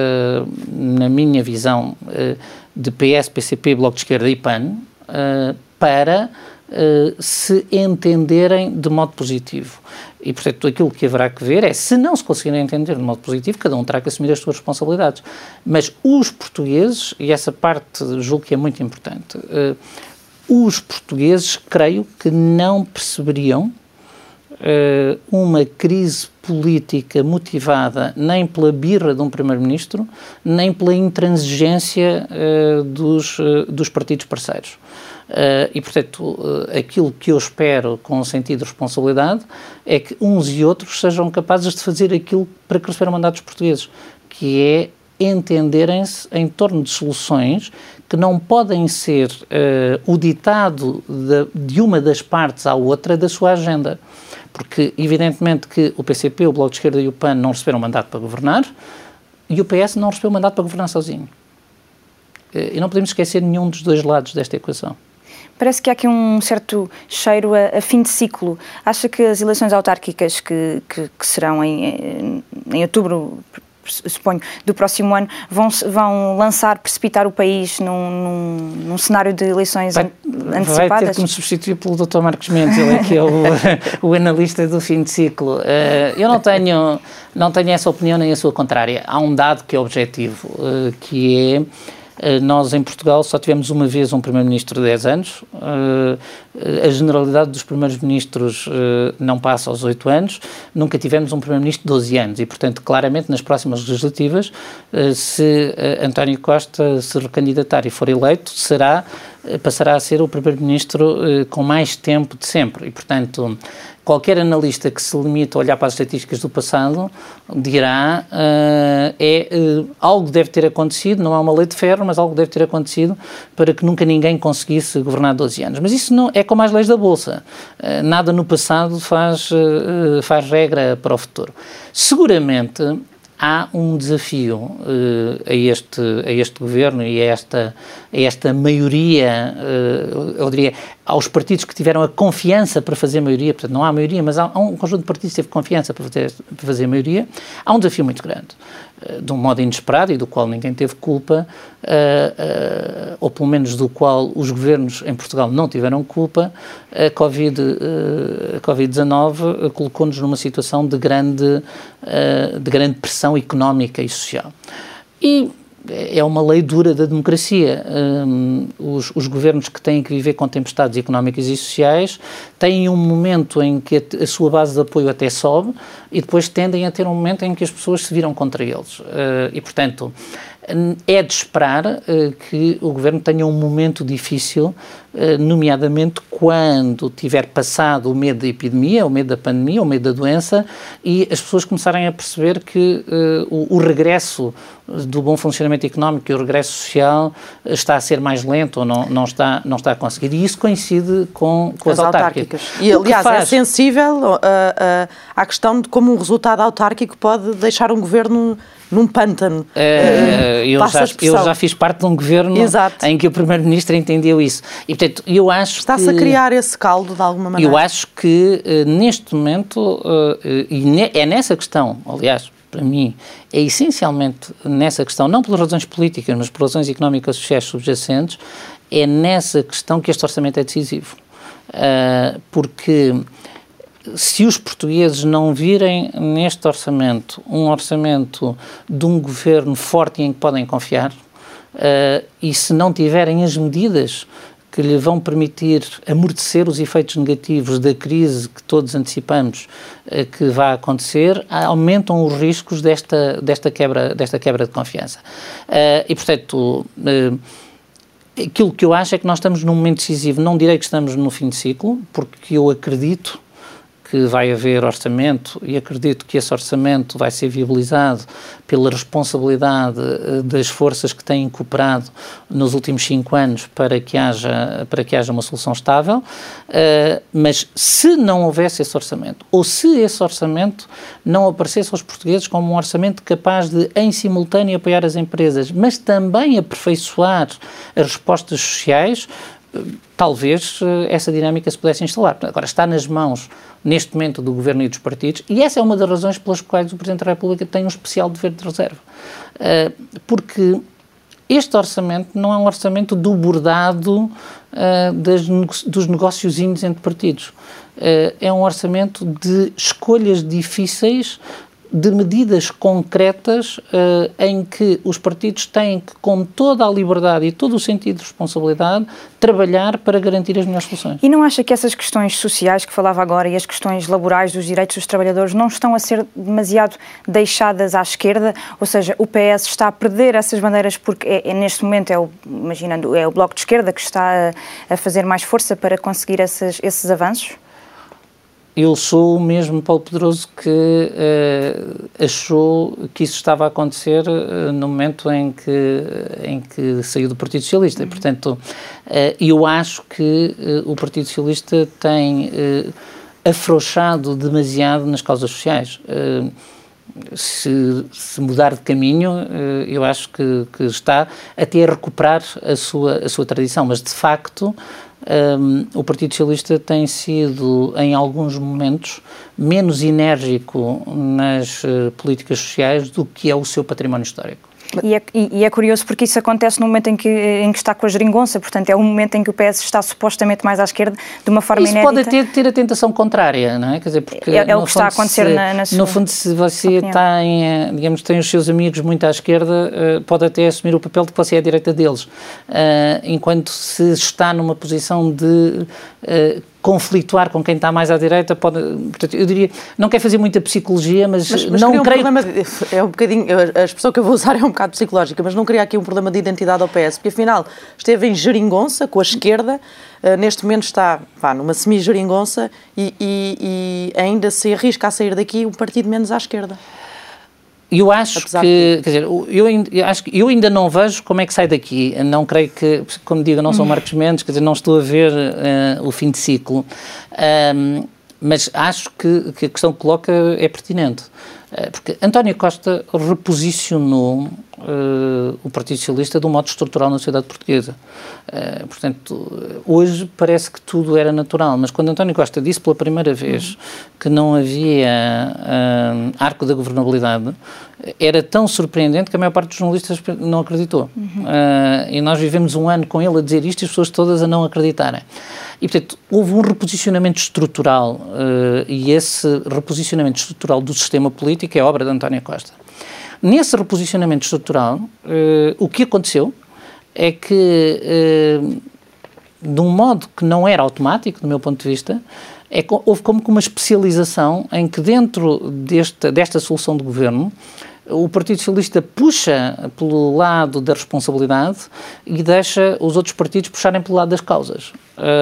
B: na minha visão, de PS, PCP, Bloco de Esquerda e PAN, para se entenderem de modo positivo. E, portanto, aquilo que haverá que ver é, se não se conseguirem entender de modo positivo, cada um terá que assumir as suas responsabilidades. Mas os portugueses, e essa parte julgo que é muito importante, os portugueses, creio que não perceberiam uma crise política motivada nem pela birra de um Primeiro-Ministro, nem pela intransigência dos partidos parceiros. E, portanto, aquilo que eu espero com sentido de responsabilidade é que uns e outros sejam capazes de fazer aquilo para que receberam mandatos portugueses, que é entenderem-se em torno de soluções que não podem ser o ditado de uma das partes à outra da sua agenda. Porque, evidentemente, que o PCP, o Bloco de Esquerda e o PAN não receberam mandato para governar e o PS não recebeu mandato para governar sozinho. E não podemos esquecer nenhum dos dois lados desta equação.
C: Parece que há aqui um certo cheiro a fim de ciclo. Acha que as eleições autárquicas que serão em outubro, suponho, do próximo ano, vão precipitar o país num cenário de eleições antecipadas?
B: Vai ter que me substituir pelo Dr. Marcos Mendes, ele é que é o analista do fim de ciclo. Eu não tenho essa opinião nem a sua contrária. Há um dado que é objetivo, que é nós em Portugal só tivemos uma vez um Primeiro-Ministro de 10 anos, a generalidade dos Primeiros-Ministros não passa aos 8 anos, nunca tivemos um Primeiro-Ministro de 12 anos e, portanto, claramente nas próximas legislativas, se António Costa se recandidatar e for eleito, passará a ser o Primeiro-Ministro com mais tempo de sempre e, portanto, qualquer analista que se limite a olhar para as estatísticas do passado dirá algo deve ter acontecido, não é uma lei de ferro, mas algo deve ter acontecido para que nunca ninguém conseguisse governar 12 anos. Mas isso não é como as leis da Bolsa. Nada no passado faz regra para o futuro. Seguramente há um desafio a este governo e a esta maioria, eu diria, aos partidos que tiveram a confiança para fazer maioria, portanto não há maioria, mas há um conjunto de partidos que teve confiança para fazer maioria, há um desafio muito grande, de um modo inesperado e do qual ninguém teve culpa, ou pelo menos do qual os governos em Portugal não tiveram culpa. A Covid-19 colocou-nos numa situação de grande pressão económica e social. E é uma lei dura da democracia. Os governos que têm que viver com tempestades económicas e sociais têm um momento em que a sua base de apoio até sobe e depois tendem a ter um momento em que as pessoas se viram contra eles. E, portanto, é de esperar que o governo tenha um momento difícil, nomeadamente quando tiver passado o medo da epidemia, o medo da pandemia, o medo da doença e as pessoas começarem a perceber que o regresso do bom funcionamento económico e o regresso social está a ser mais lento ou não está a conseguir. E isso coincide com as autárquicas.
A: E, aliás, é sensível à questão de como um resultado autárquico pode deixar um governo num pântano.
B: Eu já fiz parte de um governo Exato. Em que o Primeiro-Ministro entendeu isso. E, portanto, eu acho
A: Está-se a criar esse caldo de alguma maneira.
B: Eu acho que, neste momento, é nessa questão, aliás, para mim, é essencialmente nessa questão, não por razões políticas, mas por razões económicas sociais subjacentes, é nessa questão que este orçamento é decisivo. Porque se os portugueses não virem neste orçamento um orçamento de um governo forte em que podem confiar, e se não tiverem as medidas que lhe vão permitir amortecer os efeitos negativos da crise que todos antecipamos que vai acontecer, aumentam os riscos desta quebra de confiança. E, portanto, aquilo que eu acho é que nós estamos num momento decisivo. Não direi que estamos no fim de ciclo, porque eu acredito que vai haver orçamento e acredito que esse orçamento vai ser viabilizado pela responsabilidade das forças que têm cooperado nos últimos 5 anos para que haja uma solução estável, mas se não houvesse esse orçamento, ou se esse orçamento não aparecesse aos portugueses como um orçamento capaz de, em simultâneo, apoiar as empresas, mas também aperfeiçoar as respostas sociais, talvez essa dinâmica se pudesse instalar. Agora, está nas mãos, neste momento, do Governo e dos partidos, e essa é uma das razões pelas quais o Presidente da República tem um especial dever de reserva. Porque este orçamento não é um orçamento do bordado dos negociozinhos entre partidos. É um orçamento de escolhas difíceis, de medidas concretas em que os partidos têm que, com toda a liberdade e todo o sentido de responsabilidade, trabalhar para garantir as melhores soluções.
C: E não acha que essas questões sociais que falava agora e as questões laborais dos direitos dos trabalhadores não estão a ser demasiado deixadas à esquerda? Ou seja, o PS está a perder essas bandeiras porque neste momento é o Bloco de Esquerda que está a fazer mais força para conseguir esses avanços?
B: Eu sou o mesmo Paulo Pedroso que achou que isso estava a acontecer no momento em que saiu do Partido Socialista. E, portanto, eu acho que o Partido Socialista tem afrouxado demasiado nas causas sociais. Se mudar de caminho, eu acho que está até a recuperar a sua tradição, mas de facto o Partido Socialista tem sido, em alguns momentos, menos enérgico nas políticas sociais do que é o seu património histórico.
C: E é curioso porque isso acontece no momento em que está com a geringonça, portanto é um momento em que o PS está supostamente mais à esquerda, de uma forma inédita.
B: Isso pode ter a tentação contrária, não é? Quer dizer, porque
C: é o que está a acontecer na sua
B: no fundo, se você tem os seus amigos muito à esquerda, pode até assumir o papel de que você é à direita deles, enquanto se está numa posição de conflituar com quem está mais à direita, portanto, eu diria, não quero fazer muita psicologia, mas não creio...
A: A expressão que eu vou usar é um bocado psicológica, mas não cria aqui um problema de identidade ao PS, porque afinal esteve em geringonça com a esquerda, neste momento está numa semi-geringonça e ainda se arrisca a sair daqui um partido menos à esquerda.
B: Eu acho que eu ainda não vejo como é que sai daqui. Não creio que, como digo, não sou Marcos Mendes, quer dizer, não estou a ver o fim de ciclo, mas acho que a questão que coloca é pertinente, porque António Costa reposicionou o Partido Socialista de um modo estrutural na sociedade portuguesa. Portanto, hoje parece que tudo era natural, mas quando António Costa disse pela primeira vez que não havia arco da governabilidade, era tão surpreendente que a maior parte dos jornalistas não acreditou. E nós vivemos um ano com ele a dizer isto e as pessoas todas a não acreditarem. E, portanto, houve um reposicionamento estrutural e esse reposicionamento estrutural do sistema político é obra de António Costa. Nesse reposicionamento estrutural, o que aconteceu é que, de um modo que não era automático, do meu ponto de vista, houve como que uma especialização em que dentro desta solução de governo, o Partido Socialista puxa pelo lado da responsabilidade e deixa os outros partidos puxarem pelo lado das causas.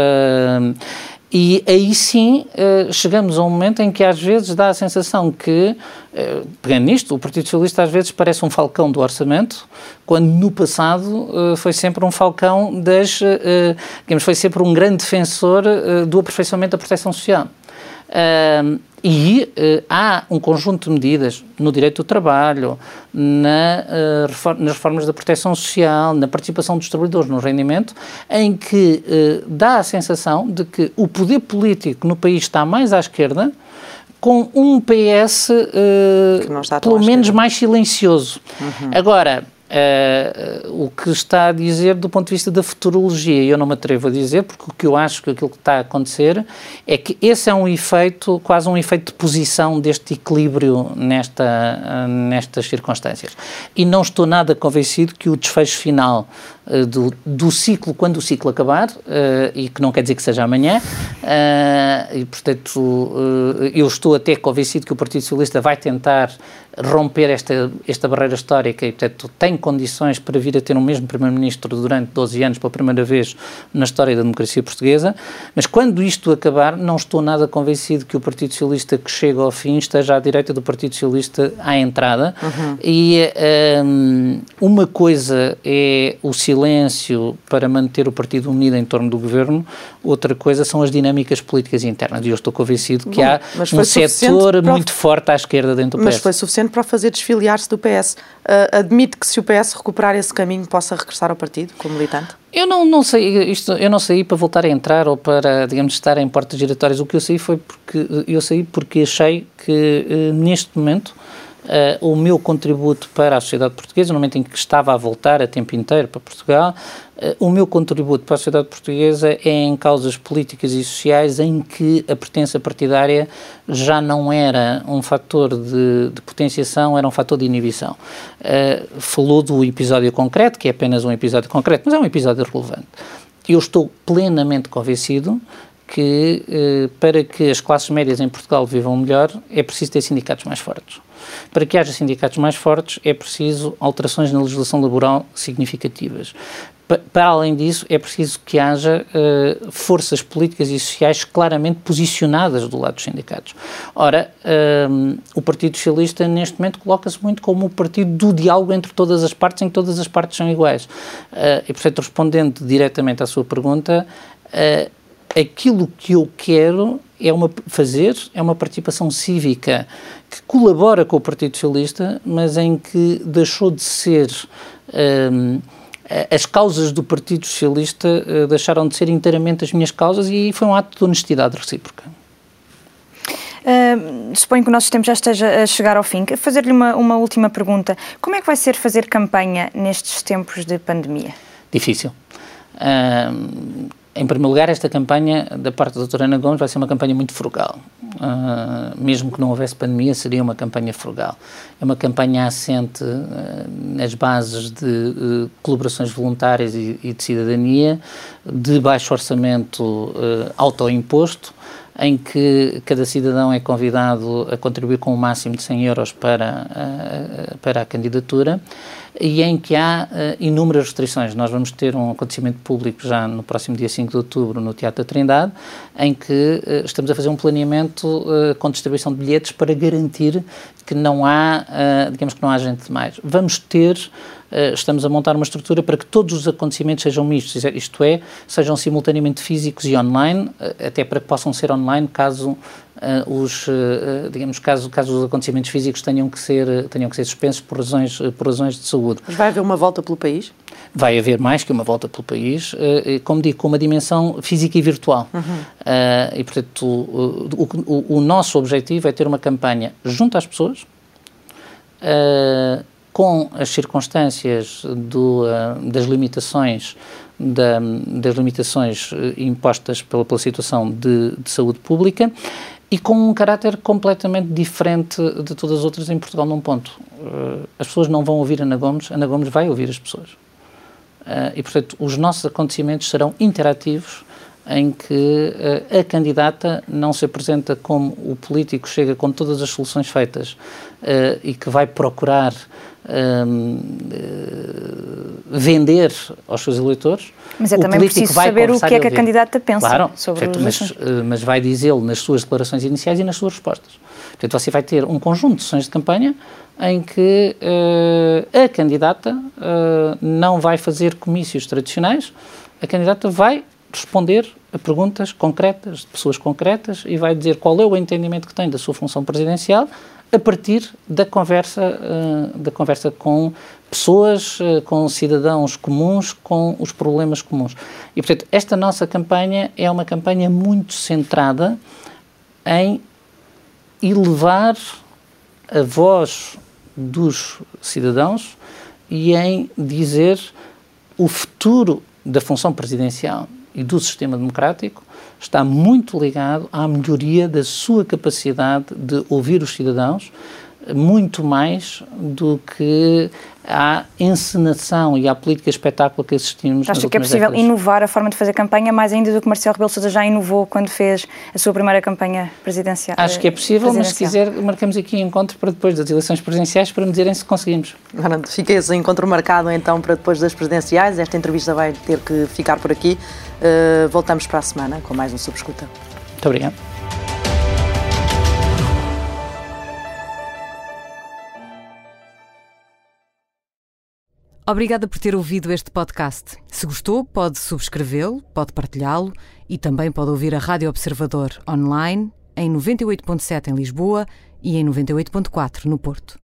B: E aí sim chegamos a um momento em que às vezes dá a sensação que, pegando nisto, o Partido Socialista às vezes parece um falcão do orçamento, quando no passado foi sempre um falcão foi sempre um grande defensor do aperfeiçoamento da proteção social. Há um conjunto de medidas no direito do trabalho, nas reformas da proteção social, na participação dos trabalhadores no rendimento, em que dá a sensação de que o poder político no país está mais à esquerda, com um PS pelo menos mais silencioso. Agora, O que está a dizer do ponto de vista da futurologia, eu não me atrevo a dizer, porque o que eu acho que aquilo que está a acontecer é que esse é um efeito, quase um efeito de posição deste equilíbrio nestas circunstâncias. E não estou nada convencido que o desfecho final do ciclo, quando o ciclo acabar, e que não quer dizer que seja amanhã, e portanto eu estou até convencido que o Partido Socialista vai tentar romper esta barreira histórica e portanto tem condições para vir a ter o mesmo Primeiro-Ministro durante 12 anos pela primeira vez na história da democracia portuguesa, mas quando isto acabar não estou nada convencido que o Partido Socialista que chega ao fim esteja à direita do Partido Socialista à entrada. E uma coisa é o silêncio para manter o partido unido em torno do governo, outra coisa são as dinâmicas políticas internas, e eu estou convencido que há um setor muito forte à esquerda dentro do PS.
A: Mas foi suficiente para fazer desfiliar-se do PS. Admite que se o PS recuperar esse caminho possa regressar ao partido como militante?
B: Eu não sei, eu não saí para voltar a entrar ou para, digamos, estar em portas giratórias. O que eu saí foi porque achei que neste momento o meu contributo para a sociedade portuguesa, no momento em que estava a voltar a tempo inteiro para Portugal, o meu contributo para a sociedade portuguesa é em causas políticas e sociais em que a pertença partidária já não era um fator de potenciação, era um fator de inibição. Falou do episódio concreto, que é apenas um episódio concreto, mas é um episódio relevante. Eu estou plenamente convencido que para que as classes médias em Portugal vivam melhor é preciso ter sindicatos mais fortes. Para que haja sindicatos mais fortes é preciso alterações na legislação laboral significativas. Para além disso, é preciso que haja forças políticas e sociais claramente posicionadas do lado dos sindicatos. Ora, o Partido Socialista neste momento coloca-se muito como o partido do diálogo entre todas as partes, em que todas as partes são iguais. E, portanto, respondendo diretamente à sua pergunta, aquilo que eu quero é uma participação cívica que colabora com o Partido Socialista, mas em que deixou de ser... as causas do Partido Socialista deixaram de ser inteiramente as minhas causas e foi um ato de honestidade recíproca.
C: Suponho que o nosso tempo já esteja a chegar ao fim. Fazer-lhe uma última pergunta. Como é que vai ser fazer campanha nestes tempos de pandemia?
B: Difícil. Em primeiro lugar, esta campanha da parte da doutora Ana Gomes vai ser uma campanha muito frugal. Mesmo que não houvesse pandemia, seria uma campanha frugal. É uma campanha assente nas bases de colaborações voluntárias e de cidadania, de baixo orçamento autoimposto, em que cada cidadão é convidado a contribuir com o máximo de 100 euros para a candidatura, e em que há inúmeras restrições. Nós vamos ter um acontecimento público já no próximo dia 5 de outubro no Teatro da Trindade, em que estamos a fazer um planeamento com distribuição de bilhetes para garantir que não há, digamos que não há gente demais. Estamos a montar uma estrutura para que todos os acontecimentos sejam mistos, isto é, sejam simultaneamente físicos e online, até para que possam ser online caso os acontecimentos físicos tenham que ser suspensos por razões de saúde.
A: Mas vai haver uma volta pelo país?
B: Vai haver mais que uma volta pelo país, como digo, com uma dimensão física e virtual. E, portanto, o nosso objetivo é ter uma campanha junto às pessoas, com as circunstâncias das limitações impostas pela situação de saúde pública e com um caráter completamente diferente de todas as outras em Portugal num ponto. As pessoas não vão ouvir Ana Gomes vai ouvir as pessoas. E, portanto, os nossos acontecimentos serão interativos, em que a candidata não se apresenta como o político chega com todas as soluções feitas e que vai procurar vender aos seus eleitores.
C: Mas é também preciso saber o que é que a candidata pensa sobre os assuntos.
B: Mas vai dizê-lo nas suas declarações iniciais e nas suas respostas. Portanto, você vai ter um conjunto de sessões de campanha em que a candidata não vai fazer comícios tradicionais, a candidata vai responder a perguntas concretas, de pessoas concretas, e vai dizer qual é o entendimento que tem da sua função presidencial a partir da conversa com pessoas, com cidadãos comuns, com os problemas comuns. E, portanto, esta nossa campanha é uma campanha muito centrada em elevar a voz dos cidadãos e em dizer o futuro da função presidencial e do sistema democrático está muito ligado à melhoria da sua capacidade de ouvir os cidadãos, muito mais do que à encenação e à política espetáculo que assistimos.
C: Acha que é possível inovar a forma de fazer campanha, mais ainda do que Marcelo Rebelo de Sousa já inovou quando fez a sua primeira campanha presidencial?
B: Acho que é possível, mas se quiser marcamos aqui um encontro para depois das eleições presidenciais para me dizerem se conseguimos.
A: Fica esse encontro marcado então para depois das presidenciais. Esta entrevista vai ter que ficar por aqui. Voltamos para a semana com mais um Sob Escuta.
B: Muito obrigado.
D: Obrigada por ter ouvido este podcast. Se gostou, pode subscrevê-lo, pode partilhá-lo e também pode ouvir a Rádio Observador online em 98.7 em Lisboa e em 98.4 no Porto.